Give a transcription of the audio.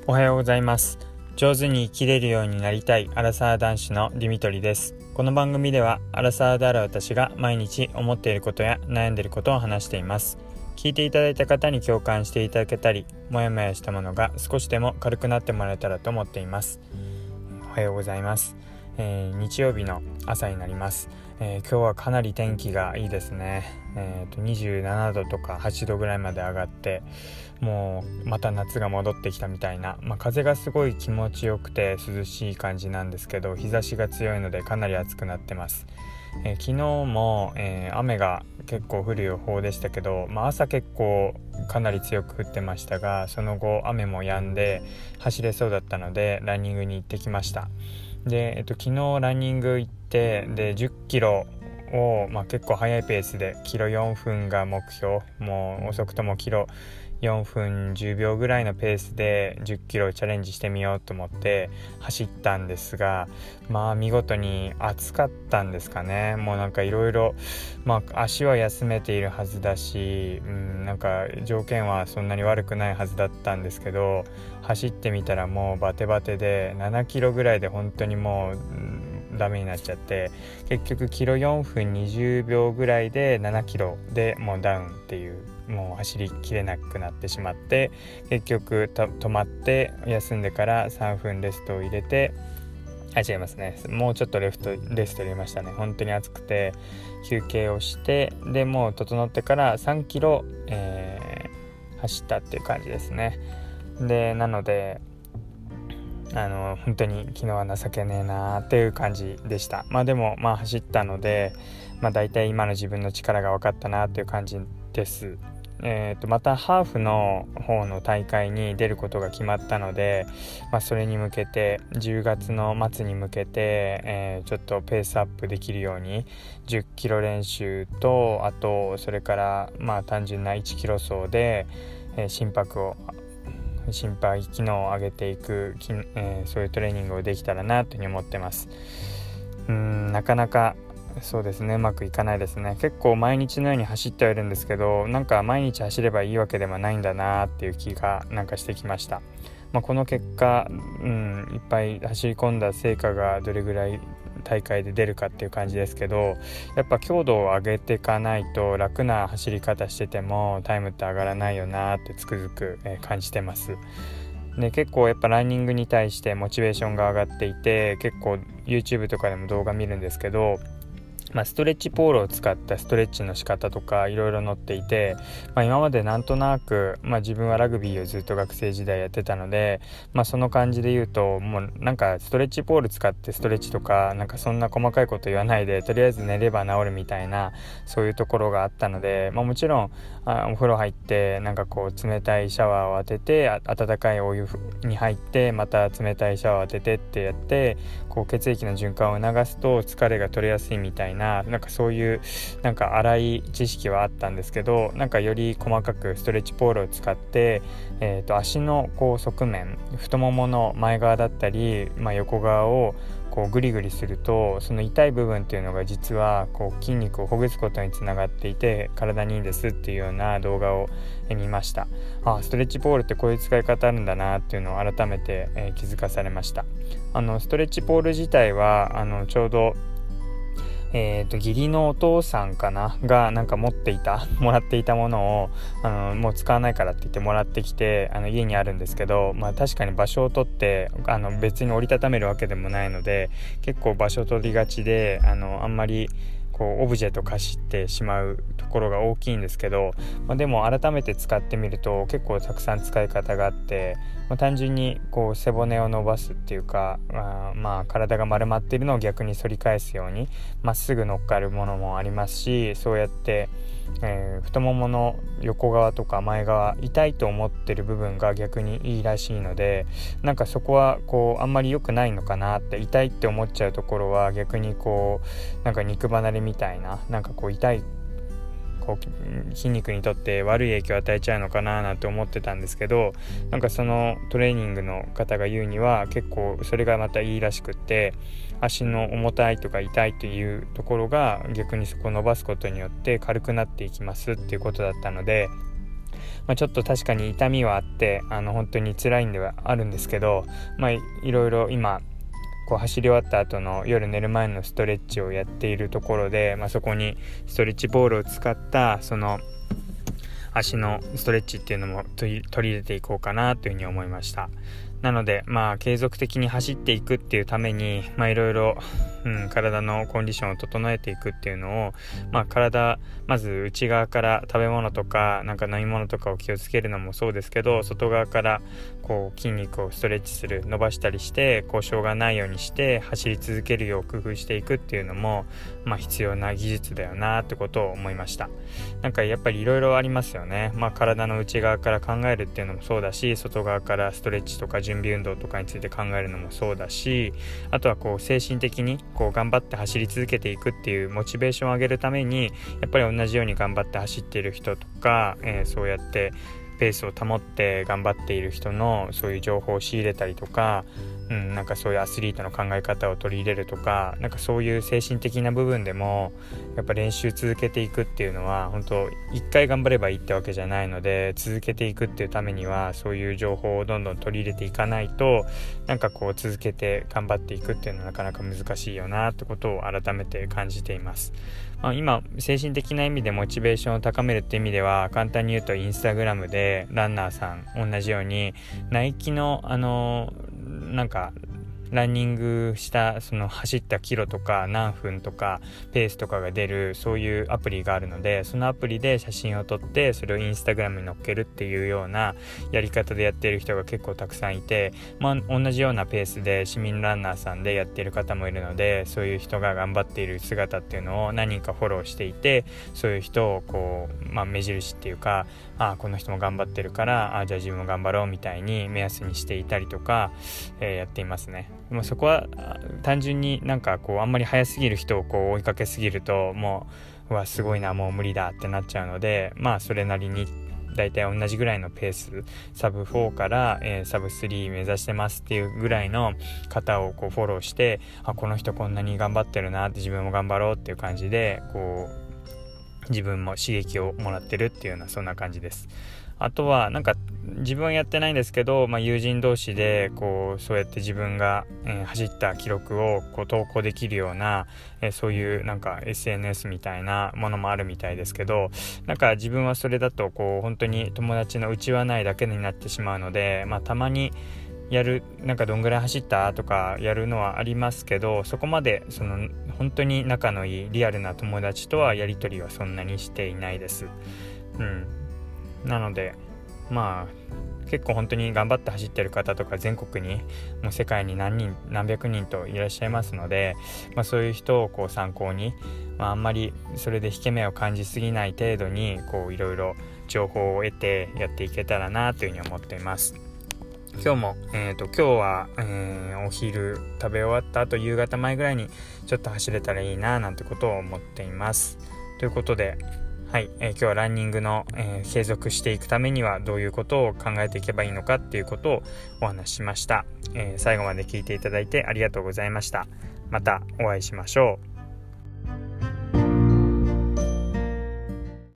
おはようございます。上手に生きれるようになりたいアラサー男子のディミトリです。この番組ではアラサーである私が毎日思っていることや悩んでいることを話しています。聞いていただいた方に共感していただけたり、もやもやしたものが少しでも軽くなってもらえたらと思っています。おはようございます。日曜日の朝になります。今日はかなり天気がいいですね。27度とか8度ぐらいまで上がって、もうまた夏が戻ってきたみたいな、風がすごい気持ちよくて涼しい感じなんですけど、日差しが強いのでかなり暑くなってます。昨日も、雨が結構降る予報でしたけど、朝結構かなり強く降ってましたが、その後雨も止んで走れそうだったのでランニングに行ってきました。で、昨日ランニング行って、で10キロを、結構速いペースでキロ4分が目標、もう遅くともキロ4分10秒ぐらいのペースで10キロチャレンジしてみようと思って走ったんですが、見事に暑かったんですかね。もうなんかいろいろ足は休めているはずだし、なんか条件はそんなに悪くないはずだったんですけど、走ってみたらもうバテバテで7キロぐらいで本当にもうダメになっちゃって、結局キロ4分20秒ぐらいで7キロでもうダウンっていう、もう走りきれなくなってしまって、結局止まって休んでから3分レストを入れて、違いますね、もうちょっとレスト入れましたね。本当に暑くて休憩をして、でもう整ってから3キロ、走ったっていう感じですね。でなので本当に昨日は情けねえなっていう感じでした。でも走ったので、だいたい今の自分の力が分かったなっていう感じです。またハーフの方の大会に出ることが決まったので、それに向けて10月の末に向けて、ちょっとペースアップできるように10キロ練習と、あとそれから単純な1キロ走で、心肺機能を上げていく、そういうトレーニングをできたらなというふうに思ってます。なかなかそうですね、うまくいかないですね。結構毎日のように走ってはいるんですけど、なんか毎日走ればいいわけでもないんだなっていう気がなんかしてきました。この結果、いっぱい走り込んだ成果がどれぐらい大会で出るかっていう感じですけど、やっぱ強度を上げていかないと楽な走り方しててもタイムって上がらないよなってつくづく感じてます。で結構やっぱランニングに対してモチベーションが上がっていて、結構 YouTube とかでも動画見るんですけど、ストレッチポールを使ったストレッチの仕方とかいろいろ載っていて、今までなんとなく、自分はラグビーをずっと学生時代やってたので、その感じで言うと、もうなんかストレッチポール使ってストレッチとかなんかそんな細かいこと言わないで、とりあえず寝れば治るみたいな、そういうところがあったので、もちろんお風呂入ってなんかこう冷たいシャワーを当てて、温かいお湯に入ってまた冷たいシャワーを当ててってやって、こう血液の循環を促すと疲れが取れやすいみたいな、なんかそういうなんか粗い知識はあったんですけど、なんかより細かくストレッチポールを使って、足のこう側面、太ももの前側だったり、横側をこうグリグリすると、その痛い部分っていうのが実はこう筋肉をほぐすことにつながっていて体にいいんですっていうような動画を見ました。ストレッチポールってこういう使い方あるんだなっていうのを改めて気づかされました。ストレッチポール自体はちょうど義理のお父さんかながなんかもらっていたものをもう使わないからって言ってもらってきて家にあるんですけど、確かに場所を取って別に折りたためるわけでもないので、結構場所取りがちであんまりこうオブジェと化してしまうところが大きいんですけど、でも改めて使ってみると結構たくさん使い方があって、単純にこう背骨を伸ばすっていうか、体が丸まっているのを逆に反り返すようにまっすぐ乗っかるものもありますし、そうやって、太ももの横側とか前側痛いと思ってる部分が逆にいいらしいので、なんかそこはこうあんまり良くないのかなって、痛いって思っちゃうところは逆にこうなんか肉離れみたいな、なんかこう痛いこう筋肉にとって悪い影響を与えちゃうのかななんて思ってたんですけど、なんかそのトレーニングの方が言うには結構それがまたいいらしくって、足の重たいとか痛いというところが逆にそこを伸ばすことによって軽くなっていきますっていうことだったので、 ちょっと確かに痛みはあって本当に辛いんではあるんですけど、いろいろ今こう走り終わった後の夜寝る前のストレッチをやっているところで、そこにストレッチボールを使ったその足のストレッチっていうのも取り入れていこうかなというふうに思いました。なので継続的に走っていくっていうためにいろいろ体のコンディションを整えていくっていうのを体まず内側から食べ物とか飲み物とかを気をつけるのもそうですけど、外側からこう筋肉をストレッチする、伸ばしたりして故障がないようにして走り続けるよう工夫していくっていうのも必要な技術だよなってことを思いました。やっぱりいろいろありますよね。体の内側から考えるっていうのもそうだし、外側からストレッチとか準備運動とかについて考えるのもそうだし、あとはこう精神的にこう頑張って走り続けていくっていうモチベーションを上げるために、やっぱり同じように頑張って走っている人とか、そうやってペースを保って頑張っている人のそういう情報を仕入れたりとか、そういうアスリートの考え方を取り入れるとか、そういう精神的な部分でもやっぱ練習続けていくっていうのは本当一回頑張ればいいってわけじゃないので、続けていくっていうためにはそういう情報をどんどん取り入れていかないと続けて頑張っていくっていうのはなかなか難しいよなってことを改めて感じています。今精神的な意味でモチベーションを高めるって意味では、簡単に言うとインスタグラムでランナーさん同じようにナイキのランニングしたその走ったキロとか何分とかペースとかが出るそういうアプリがあるので、そのアプリで写真を撮ってそれをインスタグラムに載っけるっていうようなやり方でやっている人が結構たくさんいて、同じようなペースで市民ランナーさんでやっている方もいるので、そういう人が頑張っている姿っていうのを何人かフォローしていて、そういう人をこう、目印っていうか、この人も頑張ってるからじゃあ自分も頑張ろうみたいに目安にしていたりとか、やっていますね。そこは単純にあんまり速すぎる人を追いかけすぎるともうすごいな、もう無理だってなっちゃうので、それなりにだいたい同じぐらいのペース、サブ4から、サブ3目指してますっていうぐらいの方をフォローして、この人こんなに頑張ってるなって自分も頑張ろうっていう感じで自分も刺激をもらってるっていうようなそんな感じです。あとは自分はやってないんですけど、友人同士でそうやって自分が、走った記録を投稿できるような、そういう SNS みたいなものもあるみたいですけど、自分はそれだと本当に友達の内輪内だけになってしまうので、たまにやるどんぐらい走ったとかやるのはありますけど、そこまで本当に仲のいいリアルな友達とはやり取りはそんなにしていないです。なので結構本当に頑張って走ってる方とか全国にもう世界に何百人といらっしゃいますので、そういう人を参考に、あんまりそれで引け目を感じすぎない程度にいろいろ情報を得てやっていけたらなというふうに思っています。今日は、お昼食べ終わった後夕方前ぐらいにちょっと走れたらいいななんてことを思っています。ということで今日はランニングの、継続していくためにはどういうことを考えていけばいいのかっていうことをお話ししました。最後まで聞いていただいてありがとうございました。またお会いしましょう。